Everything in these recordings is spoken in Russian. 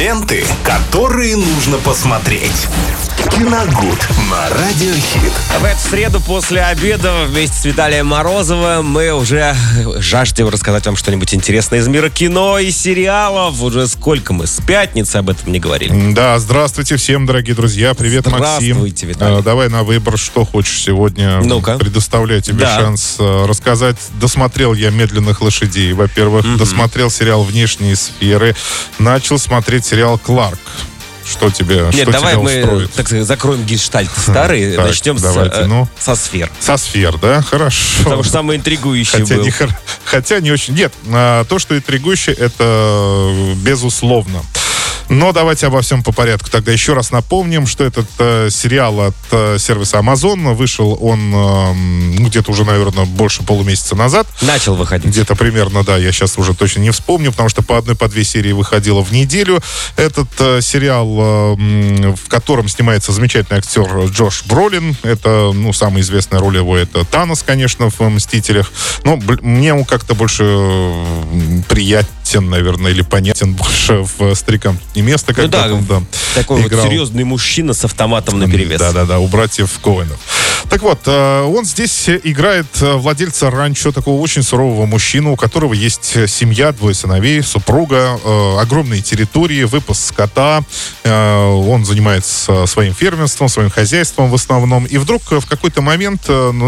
Ленты, которые нужно посмотреть. Киногуд на Радиохит. В эту среду после обеда вместе с Виталием Морозовым мы уже жаждем рассказать вам что-нибудь интересное из мира кино и сериалов. Уже сколько мы с пятницы об этом не говорили. Да, здравствуйте всем, дорогие друзья. Привет, Максим. Здравствуйте, Виталий. Давай на выбор, что хочешь сегодня. Ну-ка. Предоставляю тебе шанс рассказать. Досмотрел я «Медленных лошадей», во-первых. Досмотрел сериал «Внешние сферы». Начал смотреть сериал «Кларк». Что тебе, Нет, что давай тебя мы, устроит? так сказать, закроем гештальт старый, Так, начнем давайте, со сфер. Со сфер, да? Хорошо. Потому что самый интригующий был. Хотя не очень. Нет, то, что интригующее, это безусловно. Но давайте обо всем по порядку. Тогда еще раз напомним, что этот сериал от сервиса Amazon. Вышел он где-то уже, наверное, больше полумесяца назад. Начал выходить. Где-то примерно, да, я сейчас уже точно не вспомню, потому что по одной, по две серии выходило в неделю. Этот сериал, в котором снимается замечательный актер Джош Бролин. Это, самая известная роль его, это Танос, конечно, в «Мстителях». Но мне он как-то больше приятен, наверное, или понятен больше в «Старикам не место», когда такой играл. Вот серьезный мужчина с автоматом наперевес. Да, у братьев Коэнов. Так вот, он здесь играет владельца ранчо, такого очень сурового мужчину, у которого есть семья, 2 сыновей, супруга, огромные территории, выпас скота. Он занимается своим фермерством, своим хозяйством в основном. И вдруг в какой-то момент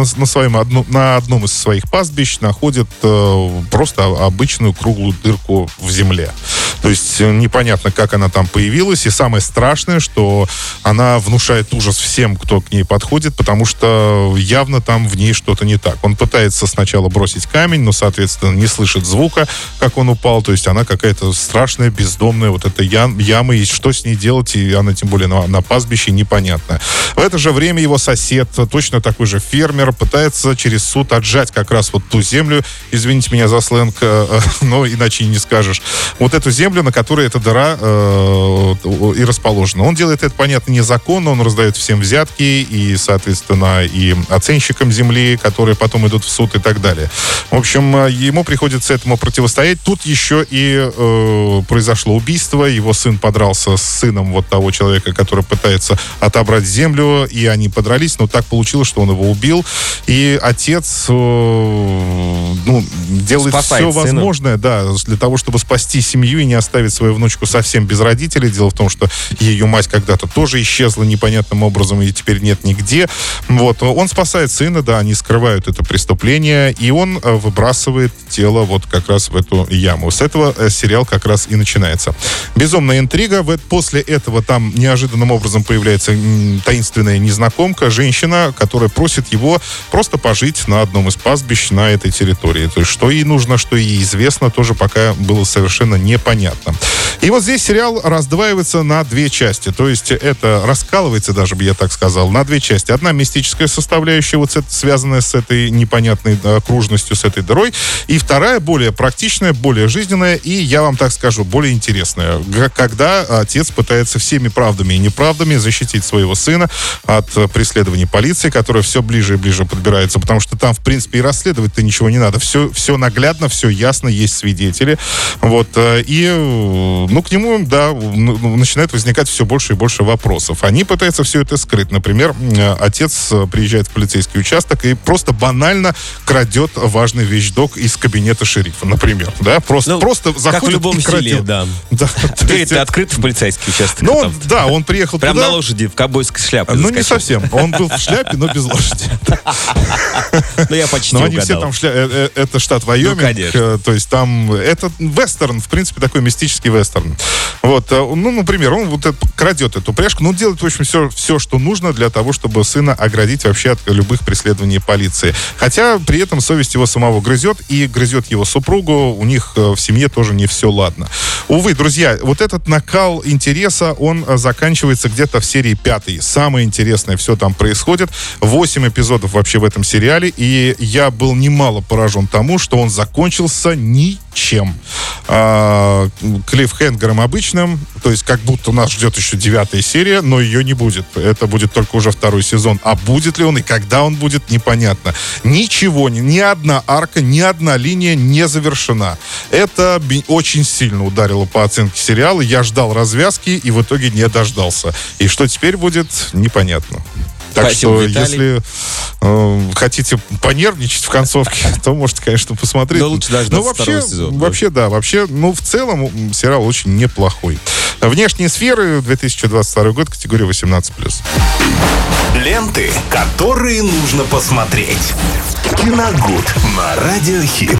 на одном из своих пастбищ находит просто обычную круглую дырку в земле. То есть непонятно, как она там появилась. И самое страшное, что она внушает ужас всем, кто к ней подходит, потому что явно там в ней что-то не так. Он пытается сначала бросить камень, но, соответственно, не слышит звука, как он упал. То есть она какая-то страшная, бездомная, вот эта яма, и что с ней делать, и она тем более на пастбище, непонятно. В это же время его сосед, точно такой же фермер, пытается через суд отжать как раз вот ту землю, извините меня за сленг, но иначе и не скажешь, вот эту землю, на которой эта дыра и расположена. Он делает это, понятно, незаконно, он раздает всем взятки и, соответственно, и оценщикам земли, которые потом идут в суд и так далее. В общем, ему приходится этому противостоять. Тут еще и произошло убийство. Его сын подрался с сыном вот того человека, который пытается отобрать землю, и они подрались, но так получилось, что он его убил. И отец делает все возможное, для того, чтобы спасти семью и не оставить свою внучку совсем без родителей. Дело в том, что ее мать когда-то тоже исчезла непонятным образом, и теперь нет нигде. Вот. Он спасает сына, они скрывают это преступление, и он выбрасывает тело вот как раз в эту яму. С этого сериал как раз и начинается. Безумная интрига. После этого там неожиданным образом появляется таинственная незнакомка, женщина, которая просит его просто пожить на одном из пастбищ на этой территории. То есть, что ей нужно, что ей известно, тоже пока было совершенно непонятно. И вот здесь сериал раздваивается на 2 части. То есть это раскалывается даже, бы я так сказал, на 2 части. Одна мистическая составляющая, вот связанная с этой непонятной окружностью, с этой дырой. И вторая, более практичная, более жизненная и, я вам так скажу, более интересная. Когда отец пытается всеми правдами и неправдами защитить своего сына от преследований полиции, которая все ближе и ближе подбирается. Потому что там, в принципе, и расследовать-то ничего не надо. Все наглядно, все ясно, есть свидетели. Вот. И к нему, начинает возникать все больше и больше вопросов. Они пытаются все это скрыть. Например, отец приезжает в полицейский участок и просто банально крадет важный вещдок из кабинета шерифа, например. Просто заходит как в любом и крадет. селе, да. Дверь-то открыта в полицейский участок. Он приехал прям туда. на лошади, в ковбойской шляпе. Не совсем. Он был в шляпе, но без лошади. Я почти угадал. Они все там это штат Вайоминг. То есть там это вестерн, в принципе, такой мистический вестерн. Вот, например, он крадет эту пряжку, делает, в общем, все, что нужно для того, чтобы сына оградить вообще от любых преследований полиции. Хотя при этом совесть его самого грызет, и грызет его супругу. У них в семье тоже не все ладно. Увы, друзья, вот этот накал интереса, он заканчивается где-то в серии 5. Самое интересное все там происходит. 8 эпизодов вообще в этом сериале, и я был немало поражен тому, что он закончился ничем. Клиффхенгер клиффхенгером обычным, то есть как будто нас ждет еще 9-я серия, но ее не будет. Это будет только уже 2-й сезон. А будет ли он и когда он будет, непонятно. Ничего, ни одна арка, ни одна линия не завершена. Это очень сильно ударило по оценке сериала. Я ждал развязки и в итоге не дождался. И что теперь будет, непонятно. Так Спасибо, что, Виталий. если хотите понервничать в концовке, то можете, конечно, посмотреть. Но лучше дождаться второго сезона. Вообще, в целом сериал очень неплохой. Внешние сферы, 2022 год, категория 18+. Ленты, которые нужно посмотреть. Киногуд на Радио Хит.